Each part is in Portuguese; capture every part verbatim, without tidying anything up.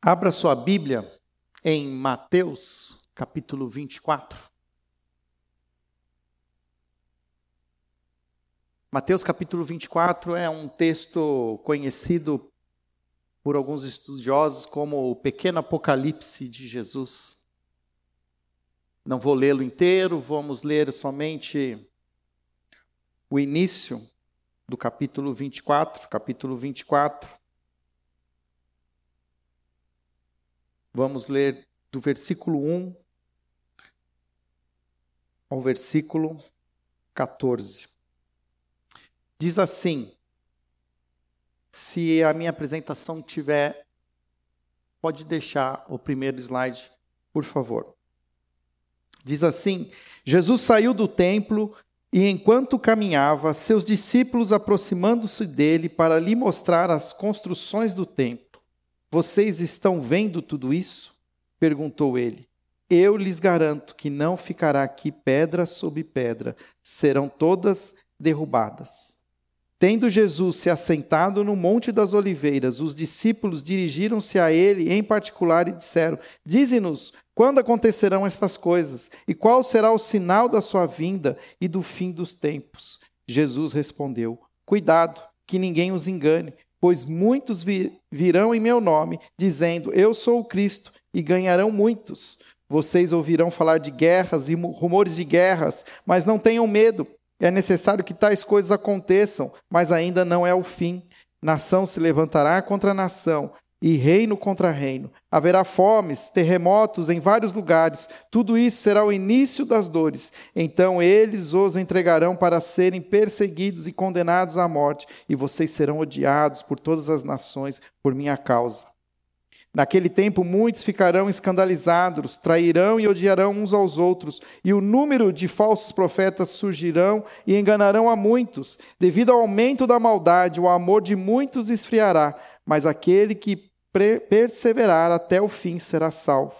Abra sua Bíblia em Mateus, capítulo vinte e quatro. Mateus, capítulo vinte e quatro é um texto conhecido por alguns estudiosos como o pequeno Apocalipse de Jesus. Não vou lê-lo inteiro, vamos ler somente o início do capítulo vinte e quatro, capítulo vinte e quatro. Vamos ler do versículo um ao versículo quatorze. Diz assim, se a minha apresentação tiver, pode deixar o primeiro slide, por favor. Diz assim, Jesus saiu do templo e enquanto caminhava, seus discípulos aproximando-se dele para lhe mostrar as construções do templo. Vocês estão vendo tudo isso? Perguntou ele. Eu lhes garanto que não ficará aqui pedra sobre pedra, serão todas derrubadas. Tendo Jesus se assentado no Monte das Oliveiras, os discípulos dirigiram-se a ele em particular e disseram, dize-nos, quando acontecerão estas coisas? E qual será o sinal da sua vinda e do fim dos tempos? Jesus respondeu, cuidado, que ninguém os engane, pois muitos vi- virão em meu nome, dizendo, eu sou o Cristo, e ganharão muitos. Vocês ouvirão falar de guerras e rumores de guerras, mas não tenham medo. É necessário que tais coisas aconteçam, mas ainda não é o fim. Nação se levantará contra nação, e reino contra reino. Haverá fomes, terremotos em vários lugares. Tudo isso será o início das dores. Então eles os entregarão para serem perseguidos e condenados à morte, e vocês serão odiados por todas as nações por minha causa. Naquele tempo muitos ficarão escandalizados, trairão e odiarão uns aos outros, e o número de falsos profetas surgirão e enganarão a muitos. Devido ao aumento da maldade, o amor de muitos esfriará, mas aquele que pre- perseverar até o fim será salvo.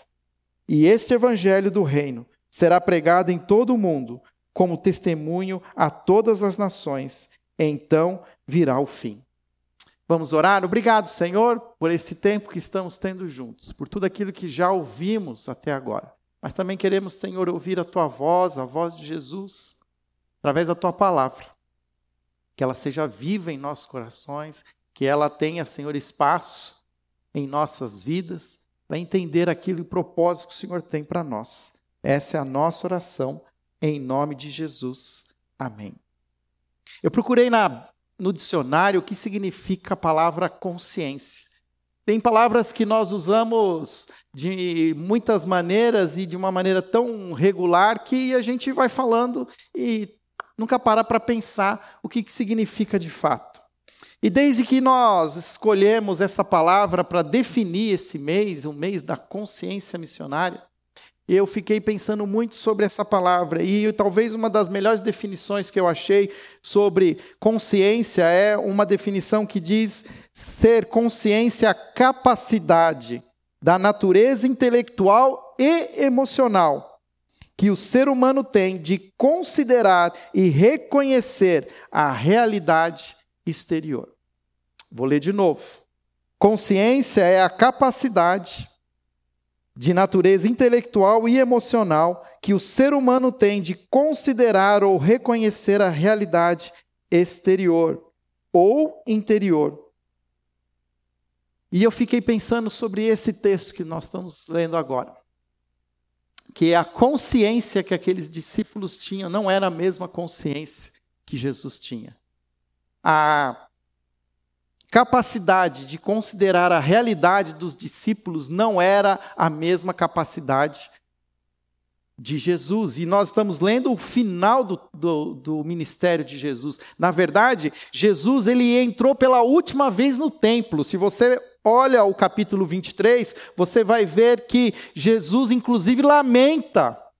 E este evangelho do reino será pregado em todo o mundo, como testemunho a todas as nações. Então virá o fim. Vamos orar? Obrigado, Senhor, por esse tempo que estamos tendo juntos, por tudo aquilo que já ouvimos até agora. Mas também queremos, Senhor, ouvir a Tua voz, a voz de Jesus, através da Tua palavra. Que ela seja viva em nossos corações, que ela tenha, Senhor, espaço em nossas vidas, para entender aquilo e o propósito que o Senhor tem para nós. Essa é a nossa oração, em nome de Jesus. Amém. Eu procurei na... no dicionário o que significa a palavra consciência. Tem palavras que nós usamos de muitas maneiras e de uma maneira tão regular que a gente vai falando e nunca para para pensar o que, que significa de fato. E desde que nós escolhemos essa palavra para definir esse mês, o mês da consciência missionária, eu fiquei pensando muito sobre essa palavra e talvez uma das melhores definições que eu achei sobre consciência é uma definição que diz ser consciência a capacidade da natureza intelectual e emocional que o ser humano tem de considerar e reconhecer a realidade exterior. Vou ler de novo. Consciência é a capacidade de natureza intelectual e emocional que o ser humano tem de considerar ou reconhecer a realidade exterior ou interior. E eu fiquei pensando sobre esse texto que nós estamos lendo agora, que a consciência que aqueles discípulos tinham não era a mesma consciência que Jesus tinha. A capacidade de considerar a realidade dos discípulos não era a mesma capacidade de Jesus. E nós estamos lendo o final do, do, do ministério de Jesus. Na verdade, Jesus ele entrou pela última vez no templo. Se você olha o capítulo vinte e três, você vai ver que Jesus, inclusive, lamenta.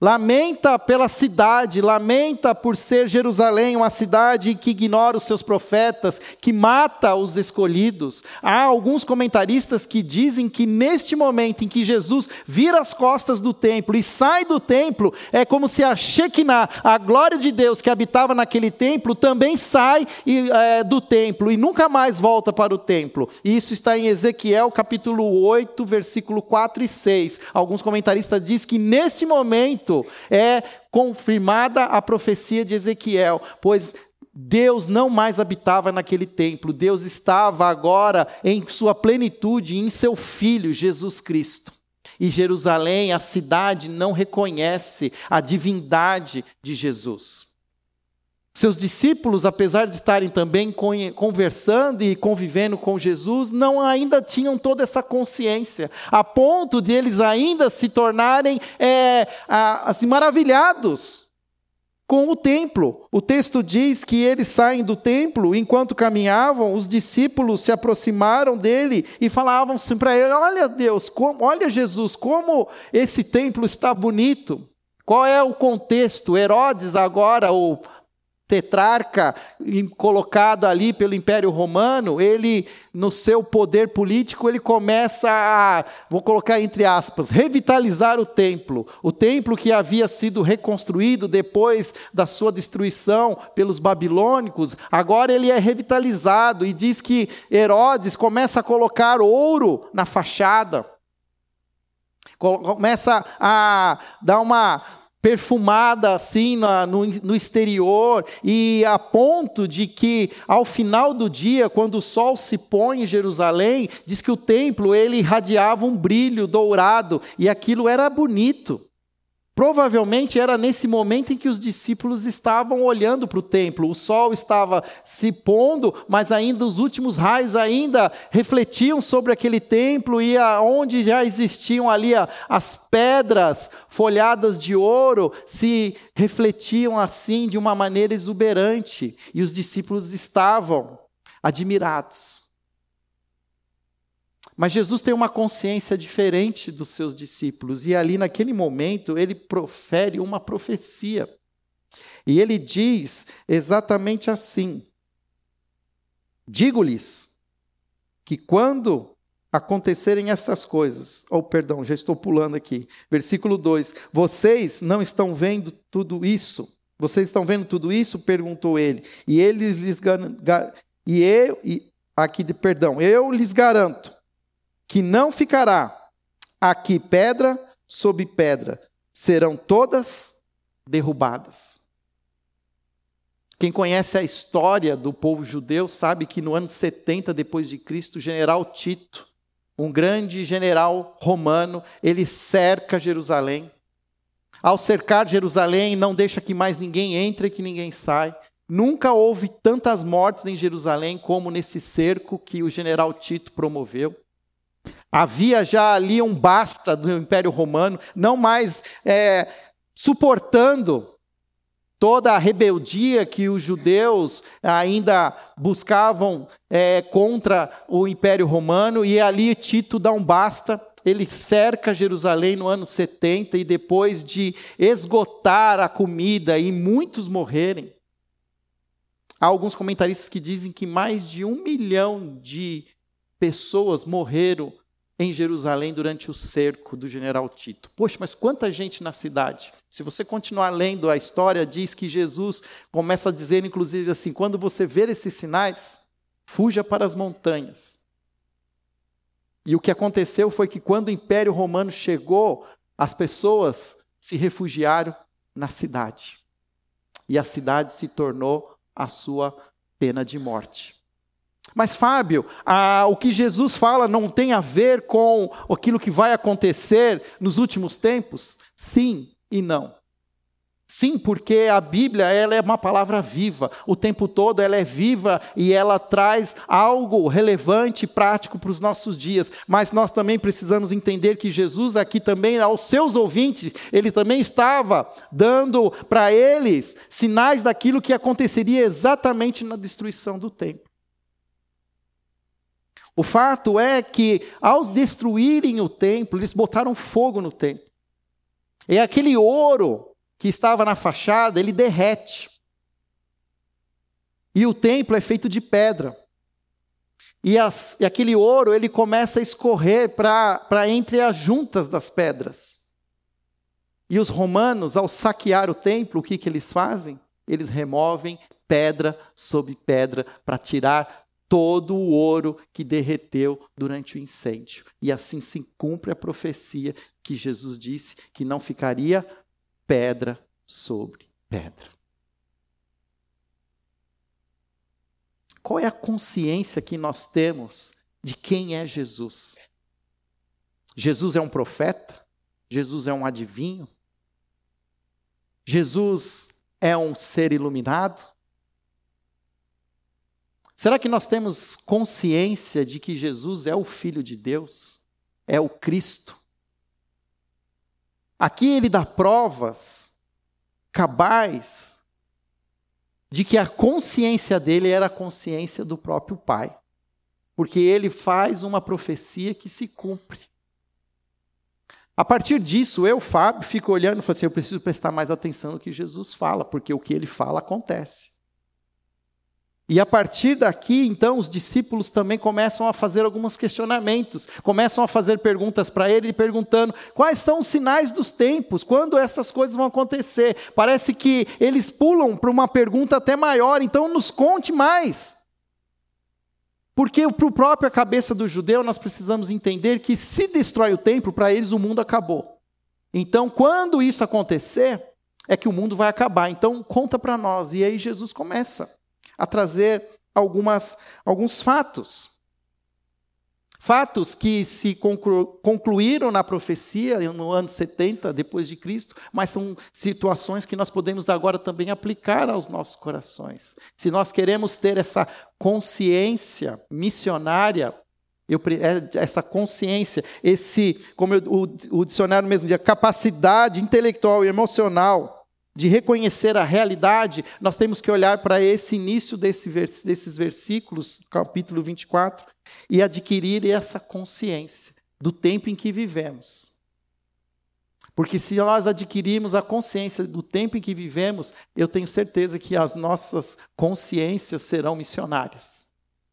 lamenta pela cidade, lamenta por ser Jerusalém, uma cidade que ignora os seus profetas, que mata os escolhidos. Há alguns comentaristas que dizem que neste momento em que Jesus vira as costas do templo e sai do templo, é como se a Shekinah, a glória de Deus que habitava naquele templo, também sai é, do templo e nunca mais volta para o templo. E isso está em Ezequiel capítulo oito, versículo quatro e seis. Alguns comentaristas dizem que nesse momento é confirmada a profecia de Ezequiel, pois Deus não mais habitava naquele templo, Deus estava agora em sua plenitude em seu Filho, Jesus Cristo. E Jerusalém, a cidade, não reconhece a divindade de Jesus. Seus discípulos, apesar de estarem também conversando e convivendo com Jesus, não ainda tinham toda essa consciência, a ponto de eles ainda se tornarem é, assim, maravilhados com o templo. O texto diz que eles saem do templo, enquanto caminhavam, os discípulos se aproximaram dele e falavam assim para ele: olha Deus, como, olha Jesus, como esse templo está bonito. Qual é o contexto? Herodes agora, o tetrarca colocado ali pelo Império Romano, ele, no seu poder político, ele começa a, vou colocar entre aspas, revitalizar o templo. O templo que havia sido reconstruído depois da sua destruição pelos babilônicos, agora ele é revitalizado, e diz que Herodes começa a colocar ouro na fachada, começa a dar uma perfumada assim na, no, no exterior, e a ponto de que ao final do dia, quando o sol se põe em Jerusalém, diz que o templo ele irradiava um brilho dourado, e aquilo era bonito. Provavelmente era nesse momento em que os discípulos estavam olhando para o templo. O sol estava se pondo, mas ainda os últimos raios ainda refletiam sobre aquele templo, e onde já existiam ali as pedras folhadas de ouro, se refletiam assim de uma maneira exuberante, e os discípulos estavam admirados. Mas Jesus tem uma consciência diferente dos seus discípulos, e ali naquele momento ele profere uma profecia. E ele diz exatamente assim: digo-lhes que quando acontecerem estas coisas, ou oh, perdão, já estou pulando aqui, versículo dois, vocês não estão vendo tudo isso? Vocês estão vendo tudo isso? Perguntou ele. E eles lhes e eu, e, aqui de perdão, eu lhes garanto que não ficará aqui pedra sobre pedra, serão todas derrubadas. Quem conhece a história do povo judeu sabe que no ano setenta depois de Cristo, o general Tito, um grande general romano, ele cerca Jerusalém. Ao cercar Jerusalém, não deixa que mais ninguém entre e que ninguém sai. Nunca houve tantas mortes em Jerusalém como nesse cerco que o general Tito promoveu. Havia já ali um basta do Império Romano, não mais é, suportando toda a rebeldia que os judeus ainda buscavam é, contra o Império Romano, e ali Tito dá um basta. Ele cerca Jerusalém no ano setenta, e depois de esgotar a comida e muitos morrerem, há alguns comentaristas que dizem que mais de um milhão de pessoas morreram em Jerusalém durante o cerco do general Tito. Poxa, mas quanta gente na cidade. Se você continuar lendo a história, diz que Jesus começa a dizer, inclusive assim, quando você ver esses sinais, fuja para as montanhas. E o que aconteceu foi que quando o Império Romano chegou, as pessoas se refugiaram na cidade. E a cidade se tornou a sua pena de morte. Mas, Fábio, ah, o que Jesus fala não tem a ver com aquilo que vai acontecer nos últimos tempos? Sim e não. Sim, porque a Bíblia ela é uma palavra viva. O tempo todo ela é viva e ela traz algo relevante e prático para os nossos dias. Mas nós também precisamos entender que Jesus aqui também, aos seus ouvintes, ele também estava dando para eles sinais daquilo que aconteceria exatamente na destruição do templo. O fato é que, ao destruírem o templo, eles botaram fogo no templo. E aquele ouro que estava na fachada, ele derrete. E o templo é feito de pedra. E, as, e aquele ouro, ele começa a escorrer para entre as juntas das pedras. E os romanos, ao saquear o templo, o que, que eles fazem? Eles removem pedra sobre pedra para tirar todo o ouro que derreteu durante o incêndio. E assim se cumpre a profecia que Jesus disse que não ficaria pedra sobre pedra. Qual é a consciência que nós temos de quem é Jesus? Jesus é um profeta? Jesus é um adivinho? Jesus é um ser iluminado? Será que nós temos consciência de que Jesus é o Filho de Deus? É o Cristo? Aqui ele dá provas cabais de que a consciência dele era a consciência do próprio Pai. Porque ele faz uma profecia que se cumpre. A partir disso, eu, Fábio, fico olhando e falo assim, eu preciso prestar mais atenção no que Jesus fala, porque o que ele fala acontece. E a partir daqui, então, os discípulos também começam a fazer alguns questionamentos, começam a fazer perguntas para ele, perguntando quais são os sinais dos tempos, quando essas coisas vão acontecer. Parece que eles pulam para uma pergunta até maior, então nos conte mais. Porque para a própria cabeça do judeu, nós precisamos entender que se destrói o templo, para eles o mundo acabou. Então, quando isso acontecer, é que o mundo vai acabar. Então, conta para nós. E aí Jesus começa a trazer algumas, alguns fatos. Fatos que se conclu, concluíram na profecia no ano setenta depois de Cristo, mas são situações que nós podemos agora também aplicar aos nossos corações. Se nós queremos ter essa consciência missionária, eu, essa consciência, esse, como eu, o, o dicionário mesmo diz, capacidade intelectual e emocional de reconhecer a realidade, nós temos que olhar para esse início desse vers, desses versículos, capítulo vinte e quatro, e adquirir essa consciência do tempo em que vivemos. Porque se nós adquirirmos a consciência do tempo em que vivemos, eu tenho certeza que as nossas consciências serão missionárias.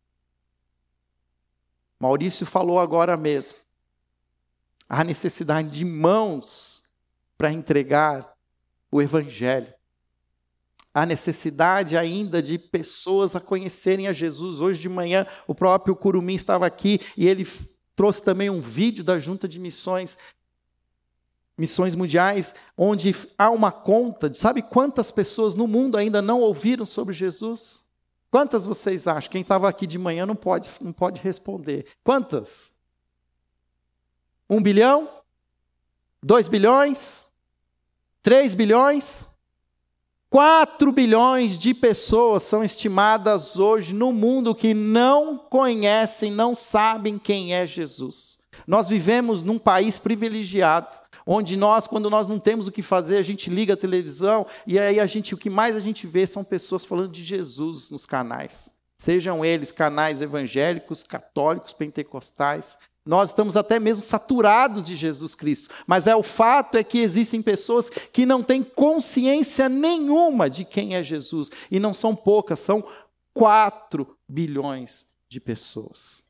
Maurício falou agora mesmo. Há necessidade de mãos para entregar o Evangelho. Há necessidade ainda de pessoas a conhecerem a Jesus. Hoje de manhã, o próprio Curumim estava aqui e ele trouxe também um vídeo da Junta de Missões, Missões Mundiais, onde há uma conta, sabe quantas pessoas no mundo ainda não ouviram sobre Jesus? Quantas vocês acham? Quem estava aqui de manhã não pode, não pode responder. Quantas? Um bilhão? Dois bilhões? Três bilhões? Quatro bilhões de pessoas são estimadas hoje no mundo que não conhecem, não sabem quem é Jesus. Nós vivemos num país privilegiado, onde nós, quando nós não temos o que fazer, a gente liga a televisão e aí a gente, o que mais a gente vê são pessoas falando de Jesus nos canais. Sejam eles canais evangélicos, católicos, pentecostais. Nós estamos até mesmo saturados de Jesus Cristo, mas é o fato é que existem pessoas que não têm consciência nenhuma de quem é Jesus, e não são poucas, são quatro bilhões de pessoas.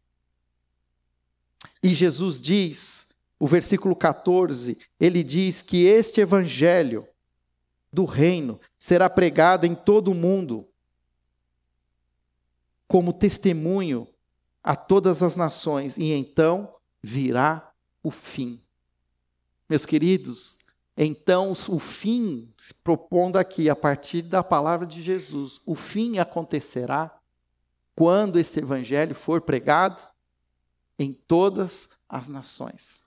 E Jesus diz, o versículo catorze, ele diz que este evangelho do reino será pregado em todo o mundo como testemunho a todas as nações, e então virá o fim. Meus queridos, então o fim, se propondo aqui, a partir da palavra de Jesus, o fim acontecerá quando esse evangelho for pregado em todas as nações.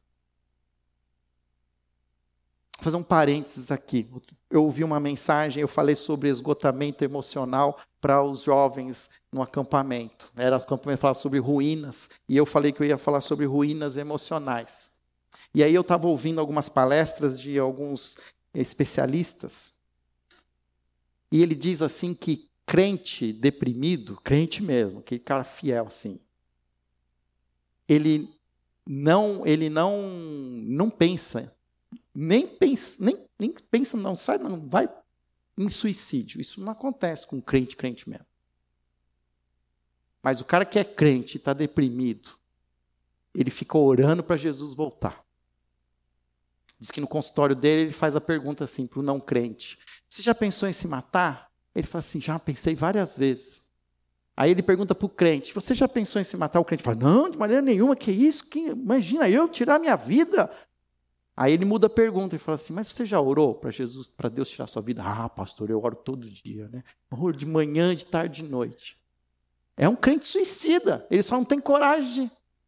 Vou fazer um parênteses aqui. Eu ouvi uma mensagem, eu falei sobre esgotamento emocional para os jovens no acampamento. Era o acampamento falava sobre ruínas, e eu falei que eu ia falar sobre ruínas emocionais. E aí eu estava ouvindo algumas palestras de alguns especialistas, e ele diz assim que crente deprimido, crente mesmo, que cara fiel assim, ele não, ele não, não pensa nem pensa, nem, nem pensa, não, sai, não vai em suicídio. Isso não acontece com crente, crente mesmo. Mas o cara que é crente e está deprimido, ele fica orando para Jesus voltar. Diz que no consultório dele ele faz a pergunta assim para o não crente: você já pensou em se matar? Ele fala assim: já pensei várias vezes. Aí ele pergunta para o crente: você já pensou em se matar? O crente fala: não, de maneira nenhuma, que isso? Que, imagina eu tirar minha vida. Aí ele muda a pergunta e fala assim: mas você já orou para Jesus, para Deus tirar sua vida? Ah, pastor, eu oro todo dia, né? Eu oro de manhã, de tarde, de noite. É um crente suicida, ele só não tem coragem.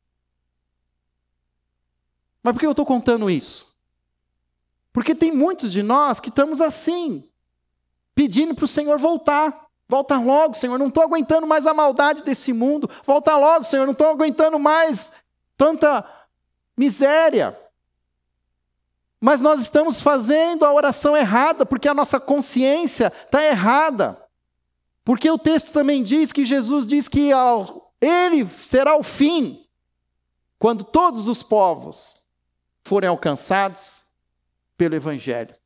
Mas por que eu estou contando isso? Porque tem muitos de nós que estamos assim, pedindo para o Senhor voltar. Volta logo, Senhor, não estou aguentando mais a maldade desse mundo. Volta logo, Senhor, não estou aguentando mais tanta miséria. Mas nós estamos fazendo a oração errada, porque a nossa consciência está errada. Porque o texto também diz que Jesus diz que ao, ele será o fim, quando todos os povos forem alcançados pelo Evangelho.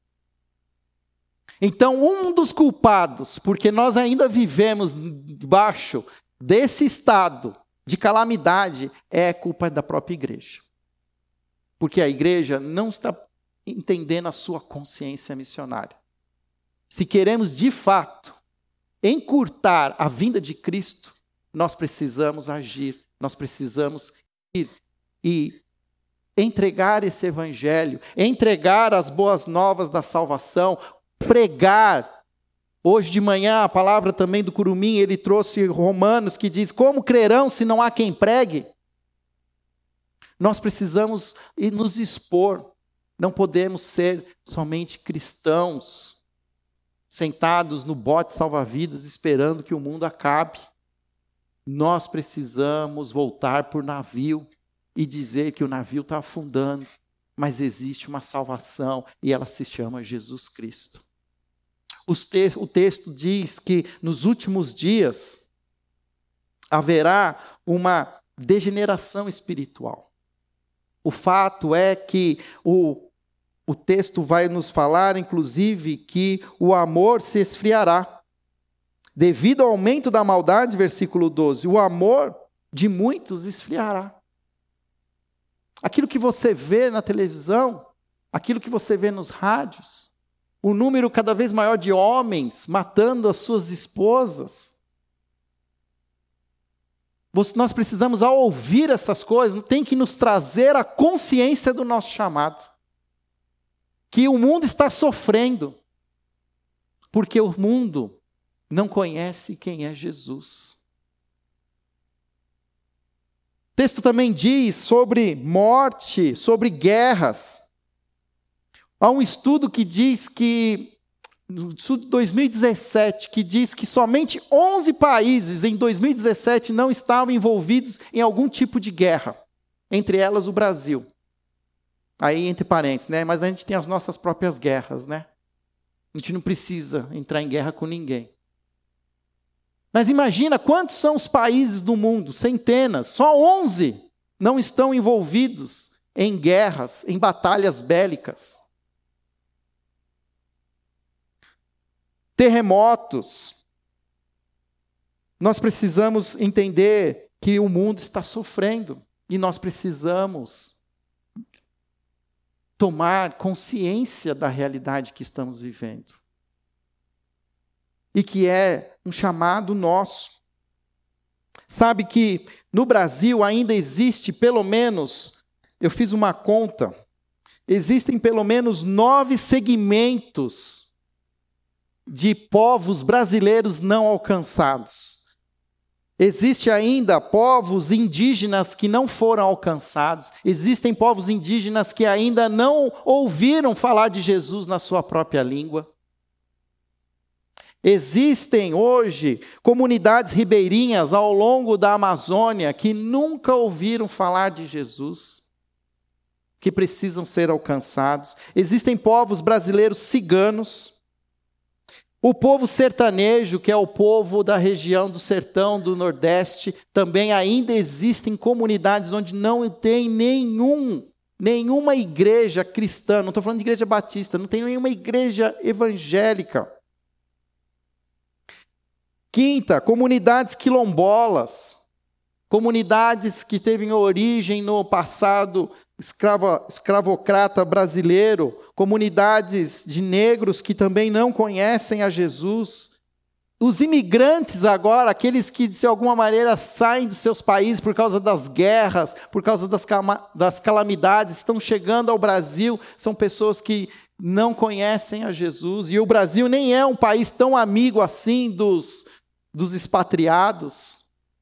Então, um dos culpados, porque nós ainda vivemos debaixo desse estado de calamidade, é culpa da própria igreja. Porque a igreja não está entendendo a sua consciência missionária. Se queremos, de fato, encurtar a vinda de Cristo, nós precisamos agir, nós precisamos ir e entregar esse evangelho, entregar as boas novas da salvação, pregar. Hoje de manhã, a palavra também do Curumim, ele trouxe Romanos, que diz: como crerão se não há quem pregue? Nós precisamos nos expor, não podemos ser somente cristãos, sentados no bote salva-vidas, esperando que o mundo acabe. Nós precisamos voltar por navio e dizer que o navio está afundando, mas existe uma salvação e ela se chama Jesus Cristo. Te- o texto diz que nos últimos dias haverá uma degeneração espiritual. O fato é que o, o texto vai nos falar, inclusive, que o amor se esfriará. Devido ao aumento da maldade, versículo doze, o amor de muitos esfriará. Aquilo que você vê na televisão, aquilo que você vê nos rádios, o número cada vez maior de homens matando as suas esposas. Nós precisamos, ao ouvir essas coisas, tem que nos trazer a consciência do nosso chamado. Que o mundo está sofrendo, porque o mundo não conhece quem é Jesus. O texto também diz sobre morte, sobre guerras. Há um estudo que diz que, no estudo de dois mil e dezessete, que diz que somente onze países em dois mil e dezessete não estavam envolvidos em algum tipo de guerra, entre elas o Brasil. Aí, entre parênteses, né? Mas a gente tem as nossas próprias guerras, né? A gente não precisa entrar em guerra com ninguém. Mas imagina quantos são os países do mundo, centenas, só onze não estão envolvidos em guerras, em batalhas bélicas. Terremotos. Nós precisamos entender que o mundo está sofrendo e nós precisamos tomar consciência da realidade que estamos vivendo. E que é um chamado nosso. Sabe que no Brasil ainda existe pelo menos, eu fiz uma conta, existem pelo menos nove segmentos de povos brasileiros não alcançados. Existe ainda povos indígenas que não foram alcançados. Existem povos indígenas que ainda não ouviram falar de Jesus na sua própria língua. Existem hoje comunidades ribeirinhas ao longo da Amazônia que nunca ouviram falar de Jesus, que precisam ser alcançados. Existem povos brasileiros ciganos. O povo sertanejo, que é o povo da região do sertão, do Nordeste, também ainda existem comunidades onde não tem nenhum, nenhuma igreja cristã, não estou falando de igreja batista, não tem nenhuma igreja evangélica. Quinta, comunidades quilombolas, comunidades que teve origem no passado escravo, escravocrata brasileiro, comunidades de negros que também não conhecem a Jesus. Os imigrantes agora, aqueles que de alguma maneira saem dos seus países por causa das guerras, por causa das, das calamidades, estão chegando ao Brasil, são pessoas que não conhecem a Jesus. E o Brasil nem é um país tão amigo assim dos, dos expatriados.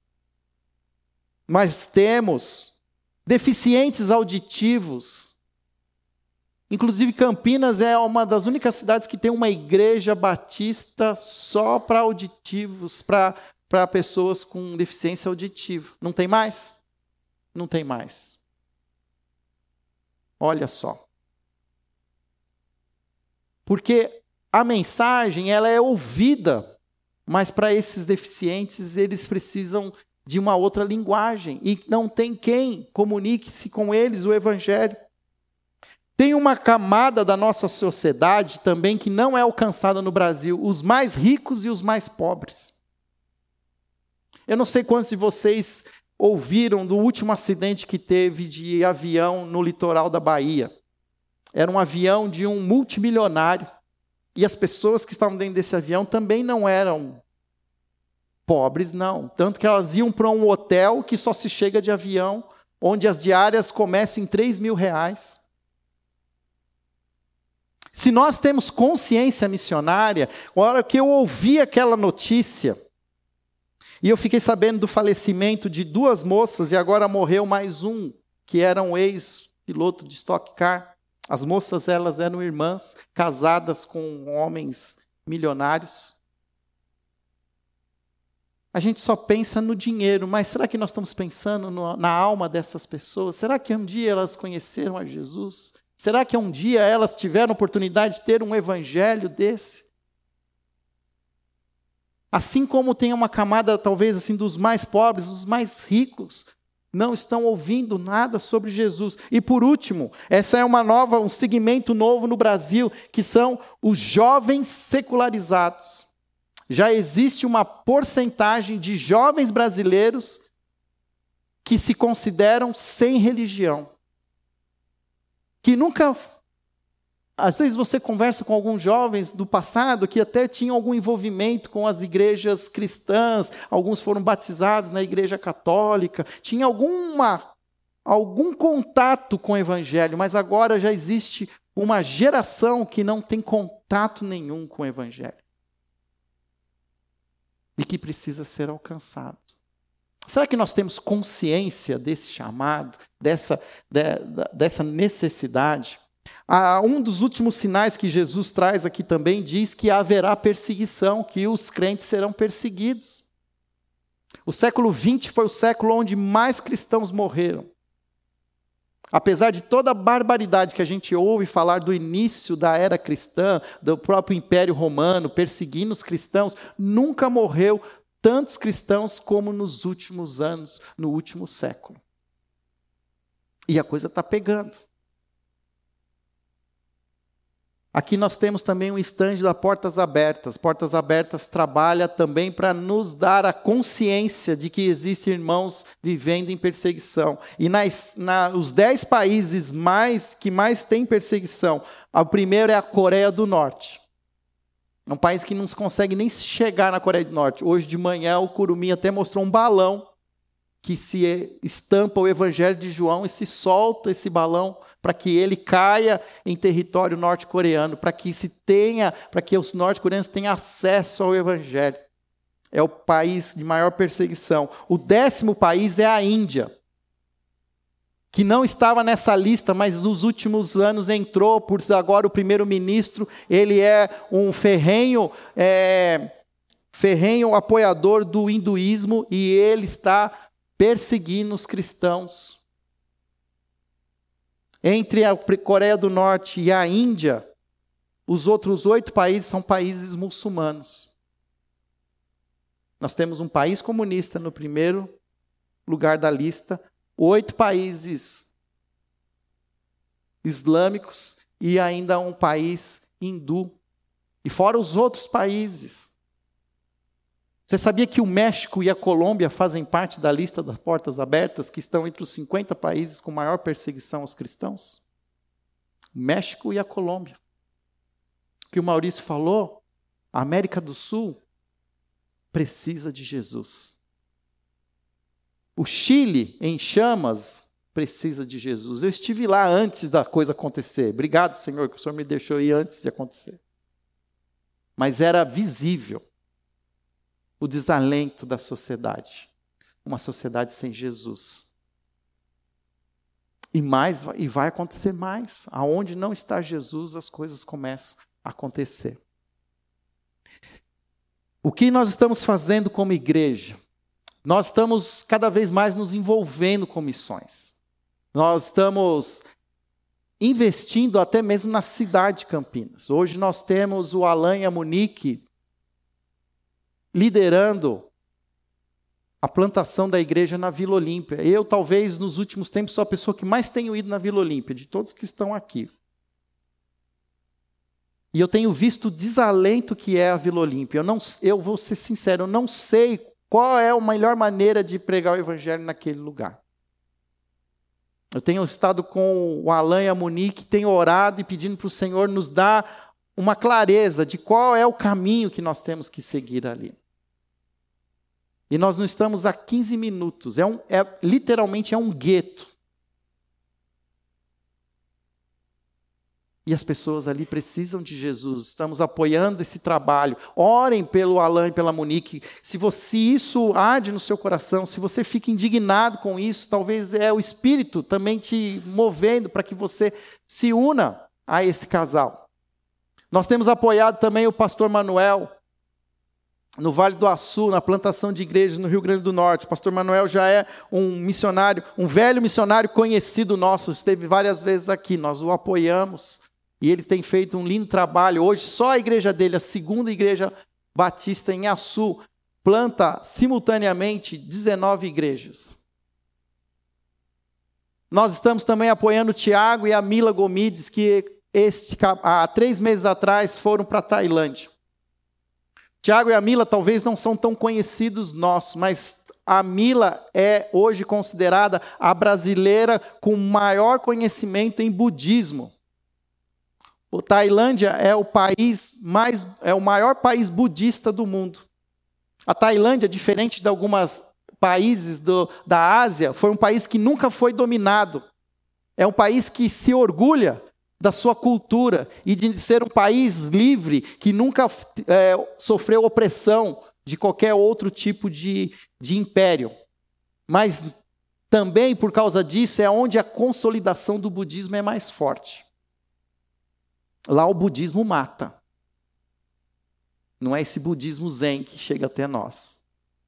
Mas temos deficientes auditivos. Inclusive Campinas é uma das únicas cidades que tem uma igreja batista só para auditivos, para para pessoas com deficiência auditiva. Não tem mais? Não tem mais. Olha só. Porque a mensagem ela é ouvida, mas para esses deficientes eles precisam de uma outra linguagem, e não tem quem comunique-se com eles o evangelho. Tem uma camada da nossa sociedade também que não é alcançada no Brasil, os mais ricos e os mais pobres. Eu não sei quantos de vocês ouviram do último acidente que teve de avião no litoral da Bahia. Era um avião de um multimilionário, e as pessoas que estavam dentro desse avião também não eram pobres, não. Tanto que elas iam para um hotel que só se chega de avião, onde as diárias começam em três mil reais. Se nós temos consciência missionária, a hora que eu ouvi aquela notícia, e eu fiquei sabendo do falecimento de duas moças, e agora morreu mais um, que era um ex-piloto de Stock Car. As moças, elas eram irmãs, casadas com homens milionários. A gente só pensa no dinheiro, mas será que nós estamos pensando no, na alma dessas pessoas? Será que um dia elas conheceram a Jesus? Será que um dia elas tiveram a oportunidade de ter um evangelho desse? Assim como tem uma camada, talvez, assim, dos mais pobres, os mais ricos, não estão ouvindo nada sobre Jesus. E por último, essa é uma nova, um segmento novo no Brasil, que são os jovens secularizados. Já existe uma porcentagem de jovens brasileiros que se consideram sem religião. Que nunca... Às vezes você conversa com alguns jovens do passado que até tinham algum envolvimento com as igrejas cristãs, alguns foram batizados na igreja católica, tinha alguma, algum contato com o evangelho, mas agora já existe uma geração que não tem contato nenhum com o evangelho. E que precisa ser alcançado. Será que nós temos consciência desse chamado, dessa, de, dessa necessidade? Ah, um dos últimos sinais que Jesus traz aqui também diz que haverá perseguição, que os crentes serão perseguidos. O século vinte foi o século onde mais cristãos morreram. Apesar de toda a barbaridade que a gente ouve falar do início da era cristã, do próprio Império Romano perseguindo os cristãos, nunca morreu tantos cristãos como nos últimos anos, no último século. E a coisa está pegando. Aqui nós temos também um estande da Portas Abertas. Portas Abertas trabalha também para nos dar a consciência de que existem irmãos vivendo em perseguição. E nas, na, os dez países mais, que mais têm perseguição, o primeiro é a Coreia do Norte. É um país que não consegue nem chegar na Coreia do Norte. Hoje de manhã o Curumim até mostrou um balão que se estampa o Evangelho de João e se solta esse balão para que ele caia em território norte-coreano, para que se tenha, para que os norte-coreanos tenham acesso ao Evangelho. É o país de maior perseguição. O décimo país é a Índia, que não estava nessa lista, mas nos últimos anos entrou, por agora o primeiro-ministro, ele é um ferrenho, é, ferrenho apoiador do hinduísmo, e ele está perseguindo os cristãos. Entre a Coreia do Norte e a Índia, os outros oito países são países muçulmanos. Nós temos um país comunista no primeiro lugar da lista, oito países islâmicos e ainda um país hindu. E fora os outros países. Você sabia que o México e a Colômbia fazem parte da lista das portas abertas, que estão entre os cinquenta países com maior perseguição aos cristãos? O México e a Colômbia. O que o Maurício falou, a América do Sul precisa de Jesus. O Chile, em chamas, precisa de Jesus. Eu estive lá antes da coisa acontecer. Obrigado, Senhor, que o Senhor me deixou ir antes de acontecer. Mas era visível o desalento da sociedade. Uma sociedade sem Jesus. E mais, e vai acontecer mais. Aonde não está Jesus, as coisas começam a acontecer. O que nós estamos fazendo como igreja? Nós estamos cada vez mais nos envolvendo com missões. Nós estamos investindo até mesmo na cidade de Campinas. Hoje nós temos o Alan e a Monique liderando a plantação da igreja na Vila Olímpia. Eu, talvez, nos últimos tempos, sou a pessoa que mais tenho ido na Vila Olímpia, de todos que estão aqui. E eu tenho visto o desalento que é a Vila Olímpia. Eu, não, eu vou ser sincero, eu não sei qual é a melhor maneira de pregar o evangelho naquele lugar. Eu tenho estado com o Alan e a Monique, tenho orado e pedindo para o Senhor nos dar uma clareza de qual é o caminho que nós temos que seguir ali. E nós não estamos a quinze minutos, é um, é, literalmente é um gueto. E as pessoas ali precisam de Jesus, estamos apoiando esse trabalho. Orem pelo Alan e pela Monique. Se você, isso arde no seu coração, se você fica indignado com isso, talvez é o Espírito também te movendo para que você se una a esse casal. Nós temos apoiado também o pastor Manuel, no Vale do Açu, na plantação de igrejas no Rio Grande do Norte. O pastor Manuel já é um missionário, um velho missionário conhecido nosso, esteve várias vezes aqui, nós o apoiamos. E ele tem feito um lindo trabalho. Hoje, só a igreja dele, a segunda igreja batista em Açu, planta simultaneamente dezenove igrejas. Nós estamos também apoiando o Tiago e a Mila Gomides, que este, há três meses atrás foram para a Tailândia. Tiago e a Mila talvez não são tão conhecidos nossos, mas a Mila é hoje considerada a brasileira com maior conhecimento em budismo. A Tailândia é o país mais, é o maior país budista do mundo. A Tailândia, diferente de alguns países do, da Ásia, foi um país que nunca foi dominado. É um país que se orgulha da sua cultura e de ser um país livre, que nunca é, sofreu opressão de qualquer outro tipo de, de império. Mas também, por causa disso, é onde a consolidação do budismo é mais forte. Lá o budismo mata. Não é esse budismo zen que chega até nós.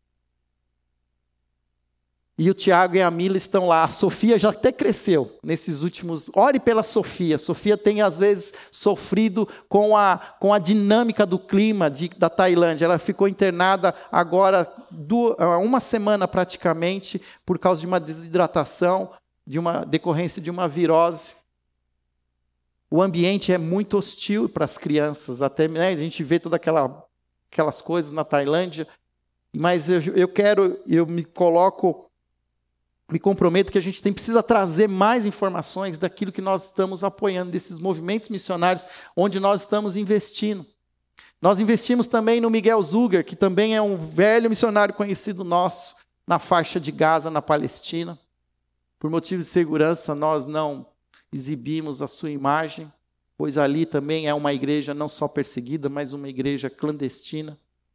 E o Tiago e a Mila estão lá. A Sofia já até cresceu nesses últimos... Ore pela Sofia. Sofia tem, às vezes, sofrido com a, com a dinâmica do clima de, da Tailândia. Ela ficou internada agora do, uma semana praticamente por causa de uma desidratação, de uma decorrência de uma virose. O ambiente é muito hostil para as crianças. Até, né, a gente vê todas aquela, aquelas coisas na Tailândia. Mas eu, eu quero, eu me coloco... Me comprometo que a gente tem, precisa trazer mais informações daquilo que nós estamos apoiando, desses movimentos missionários, onde nós estamos investindo. Nós investimos também no Miguel Zuger, que também é um velho missionário conhecido nosso, na faixa de Gaza, na Palestina. Por motivos de segurança, nós não exibimos a sua imagem, pois ali também é uma igreja não só perseguida, mas uma igreja clandestina.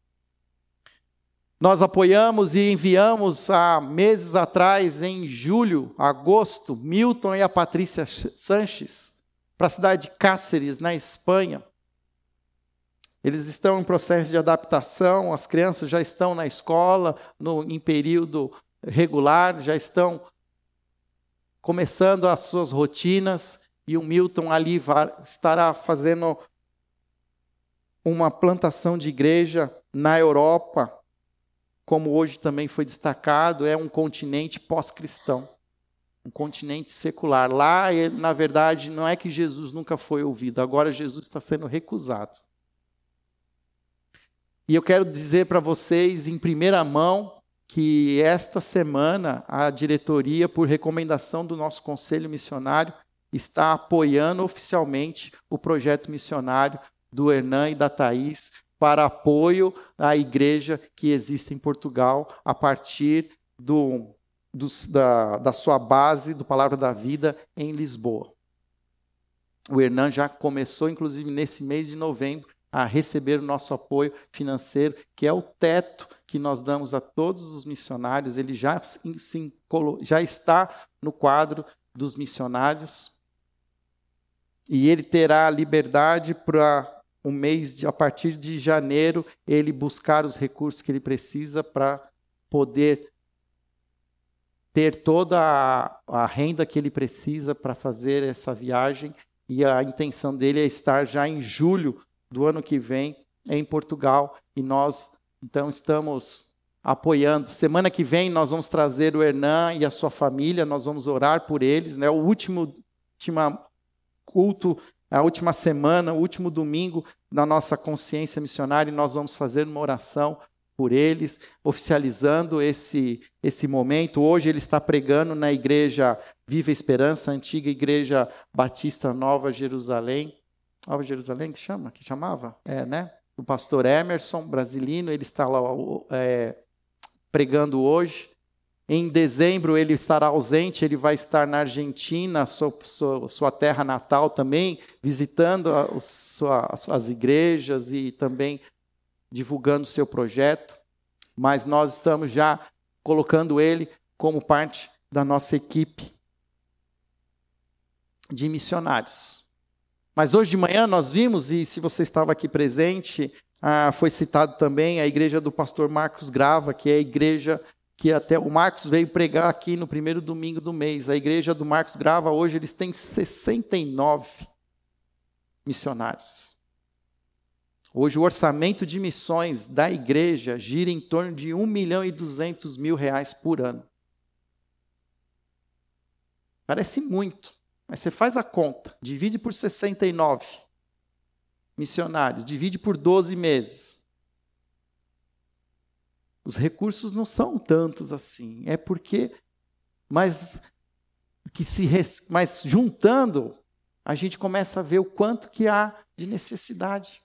Nós apoiamos e enviamos há meses atrás, em julho, agosto, Milton e a Patrícia Sanches para a cidade de Cáceres, na Espanha. Eles estão em processo de adaptação, as crianças já estão na escola, no, em período regular, já estão começando as suas rotinas, e o Milton ali vai, estará fazendo uma plantação de igreja na Europa, como hoje também foi destacado, é um continente pós-cristão. um continente secular. Lá, ele, na verdade, não é que Jesus nunca foi ouvido, agora Jesus está sendo recusado. E eu quero dizer para vocês, em primeira mão, que esta semana a diretoria, por recomendação do nosso conselho missionário, está apoiando oficialmente o projeto missionário do Hernan e da Thaís para apoio à igreja que existe em Portugal a partir do, do, da, da sua base do Palavra da Vida em Lisboa. O Hernan já começou, inclusive, nesse mês de novembro, a receber o nosso apoio financeiro, que é o teto que nós damos a todos os missionários. Ele já, se, já está no quadro dos missionários. E ele terá liberdade para o mês, de, a partir de janeiro, ele buscar os recursos que ele precisa para poder ter toda a, a renda que ele precisa para fazer essa viagem. E a intenção dele é estar já em julho do ano que vem em Portugal, e nós então estamos apoiando. Semana que vem nós vamos trazer o Hernan e a sua família, nós vamos orar por eles, né? O último última culto, a última semana, o último domingo da nossa consciência missionária, e nós vamos fazer uma oração por eles, oficializando esse, esse momento. Hoje ele está pregando na igreja Viva Esperança, a antiga igreja Batista Nova Jerusalém, Nova Jerusalém, que chama? Que chamava? É, né? O pastor Emerson, brasileiro, ele está lá é, pregando hoje. Em dezembro ele estará ausente, ele vai estar na Argentina, sua, sua, sua terra natal também, visitando a, sua, as igrejas e também divulgando o seu projeto. Mas nós estamos já colocando ele como parte da nossa equipe de missionários. Mas hoje de manhã nós vimos, e se você estava aqui presente, ah, foi citado também a igreja do pastor Marcos Grava, que é a igreja que até o Marcos veio pregar aqui no primeiro domingo do mês. A igreja do Marcos Grava, hoje, eles têm sessenta e nove missionários. Hoje o orçamento de missões da igreja gira em torno de um milhão e duzentos mil reais por ano. Parece muito. Mas você faz a conta, divide por sessenta e nove missionários, divide por doze meses. Os recursos não são tantos assim, é porque, mas, que se, mas juntando, a gente começa a ver o quanto que há de necessidade.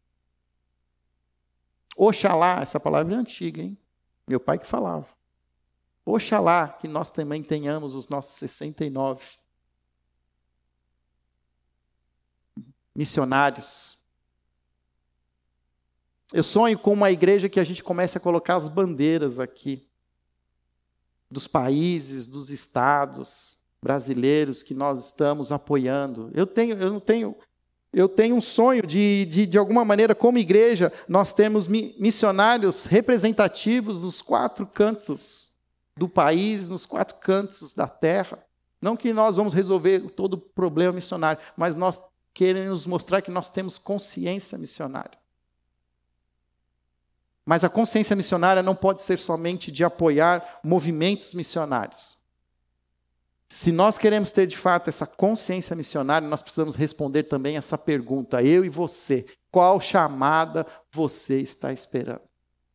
Oxalá, essa palavra é antiga, hein? Meu pai que falava. Oxalá que nós também tenhamos os nossos sessenta e nove missionários. Eu sonho com uma igreja que a gente comece a colocar as bandeiras aqui, dos países, dos estados brasileiros que nós estamos apoiando. Eu tenho, eu não tenho, eu tenho um sonho de, de, de alguma maneira, como igreja, nós temos missionários representativos nos quatro cantos do país, nos quatro cantos da terra. Não que nós vamos resolver todo o problema missionário, mas nós queremos mostrar que nós temos consciência missionária. Mas a consciência missionária não pode ser somente de apoiar movimentos missionários. Se nós queremos ter, de fato, essa consciência missionária, nós precisamos responder também essa pergunta, eu e você, qual chamada você está esperando?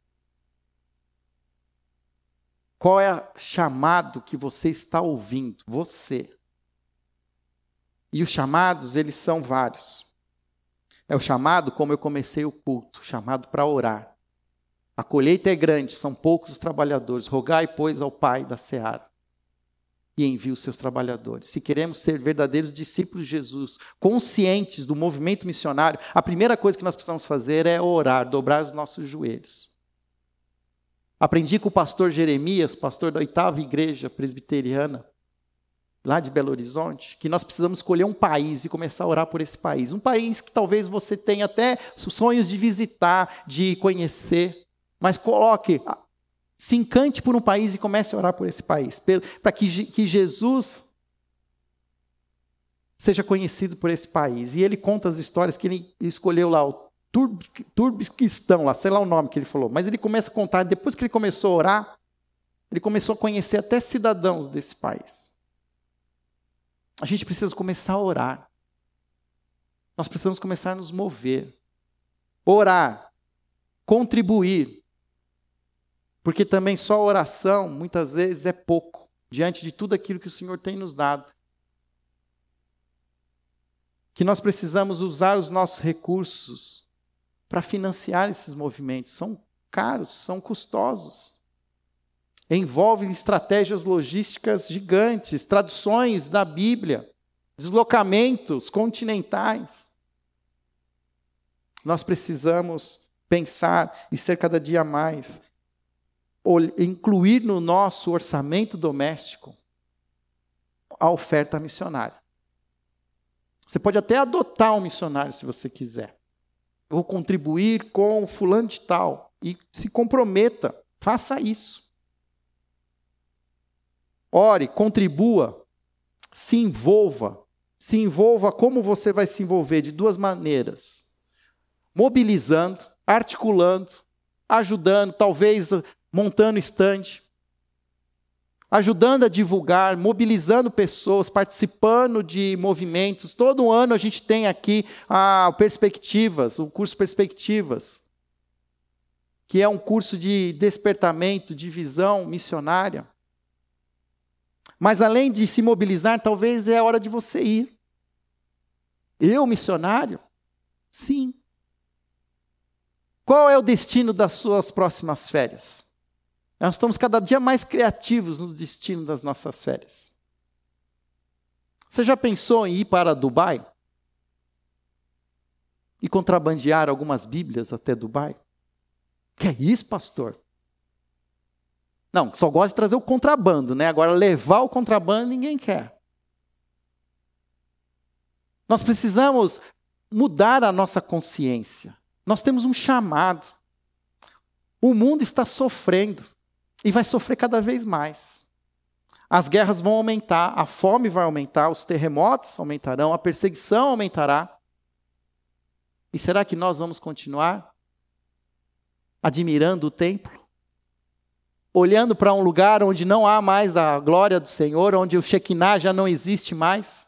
Qual é o chamado que você está ouvindo? Você. E os chamados, eles são vários. É o chamado, como eu comecei o culto, chamado para orar. A colheita é grande, são poucos os trabalhadores. Rogai, pois, ao Pai da seara, que envie os seus trabalhadores. Se queremos ser verdadeiros discípulos de Jesus, conscientes do movimento missionário, a primeira coisa que nós precisamos fazer é orar, dobrar os nossos joelhos. Aprendi com o pastor Jeremias, pastor da oitava igreja presbiteriana, lá de Belo Horizonte, que nós precisamos escolher um país e começar a orar por esse país. Um país que talvez você tenha até sonhos de visitar, de conhecer, mas coloque, se encante por um país e comece a orar por esse país, para que, que Jesus seja conhecido por esse país. E ele conta as histórias que ele escolheu lá, o Turbiquistão, lá, sei lá o nome que ele falou, mas ele começa a contar, depois que ele começou a orar, ele começou a conhecer até cidadãos desse país. A gente precisa começar a orar. Nós precisamos começar a nos mover. Orar, contribuir. Porque também só oração, muitas vezes, é pouco, diante de tudo aquilo que o Senhor tem nos dado. Que nós precisamos usar os nossos recursos para financiar esses movimentos. São caros, são custosos. Envolve estratégias logísticas gigantes, traduções da Bíblia, deslocamentos continentais. Nós precisamos pensar e ser cada dia mais, incluir no nosso orçamento doméstico a oferta missionária. Você pode até adotar um missionário se você quiser. Ou contribuir com fulano de tal. E se comprometa, faça isso. Ore, contribua, se envolva. Se envolva como você vai se envolver de duas maneiras. Mobilizando, articulando, ajudando, talvez montando estande. Ajudando a divulgar, mobilizando pessoas, participando de movimentos. Todo ano a gente tem aqui a Perspectivas, o curso Perspectivas, que é um curso de despertamento, de visão missionária. Mas além de se mobilizar, talvez é a hora de você ir. Eu, missionário? Sim. Qual é o destino das suas próximas férias? Nós estamos cada dia mais criativos no destino das nossas férias. Você já pensou em ir para Dubai? E contrabandear algumas Bíblias até Dubai? Que é isso, pastor? Não, só gosta de trazer o contrabando, né? Agora, levar o contrabando, ninguém quer. Nós precisamos mudar a nossa consciência. Nós temos um chamado. O mundo está sofrendo. E vai sofrer cada vez mais. As guerras vão aumentar, a fome vai aumentar, os terremotos aumentarão, a perseguição aumentará. E será que nós vamos continuar admirando o templo? Olhando para um lugar onde não há mais a glória do Senhor, onde o Shekinah já não existe mais?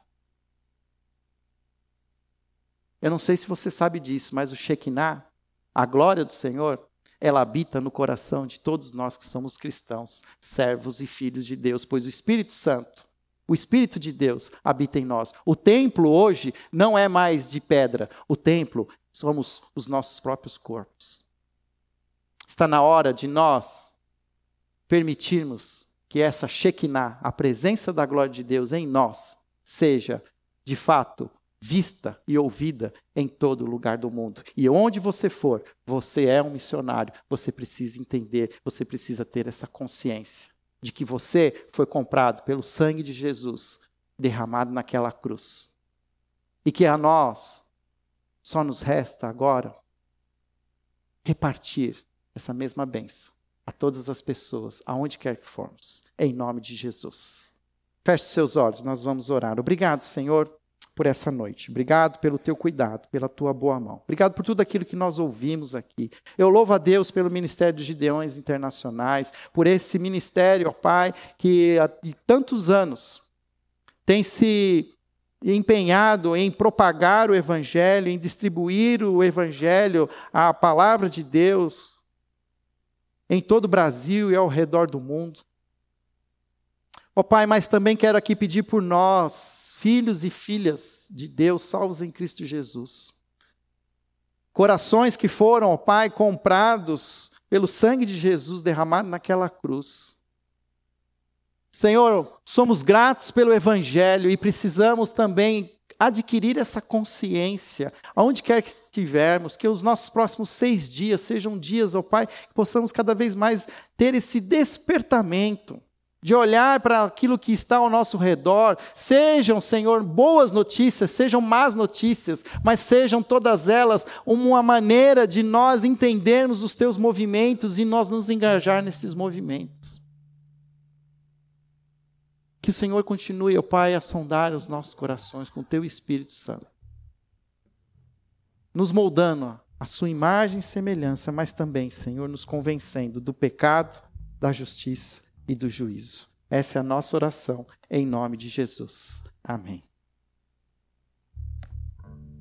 Eu não sei se você sabe disso, mas o Shekinah, a glória do Senhor, ela habita no coração de todos nós que somos cristãos, servos e filhos de Deus, pois o Espírito Santo, o Espírito de Deus habita em nós. O templo hoje não é mais de pedra, o templo somos os nossos próprios corpos. Está na hora de nós permitirmos que essa Shekinah, a presença da glória de Deus em nós, seja, de fato, vista e ouvida em todo lugar do mundo. E onde você for, você é um missionário. Você precisa entender, você precisa ter essa consciência de que você foi comprado pelo sangue de Jesus, derramado naquela cruz. E que a nós só nos resta agora repartir essa mesma bênção a todas as pessoas, aonde quer que formos, em nome de Jesus. Feche os seus olhos, nós vamos orar. Obrigado, Senhor, por essa noite. Obrigado pelo teu cuidado, pela tua boa mão. Obrigado por tudo aquilo que nós ouvimos aqui. Eu louvo a Deus pelo Ministério de Gideões Internacionais, por esse ministério, ó Pai, que há tantos anos tem se empenhado em propagar o Evangelho, em distribuir o Evangelho, a palavra de Deus, em todo o Brasil e ao redor do mundo. Ó Pai, mas também quero aqui pedir por nós, filhos e filhas de Deus, salvos em Cristo Jesus. Corações que foram, ó Pai, comprados pelo sangue de Jesus derramado naquela cruz. Senhor, somos gratos pelo Evangelho e precisamos também adquirir essa consciência, aonde quer que estivermos, que os nossos próximos seis dias sejam dias, ó Pai, que possamos cada vez mais ter esse despertamento, de olhar para aquilo que está ao nosso redor, sejam, Senhor, boas notícias, sejam más notícias, mas sejam todas elas uma maneira de nós entendermos os teus movimentos e nós nos engajar nesses movimentos. Que o Senhor continue, ó Pai, a sondar os nossos corações com o teu Espírito Santo, nos moldando a sua imagem e semelhança, mas também, Senhor, nos convencendo do pecado, da justiça e do juízo. Essa é a nossa oração, em nome de Jesus. Amém.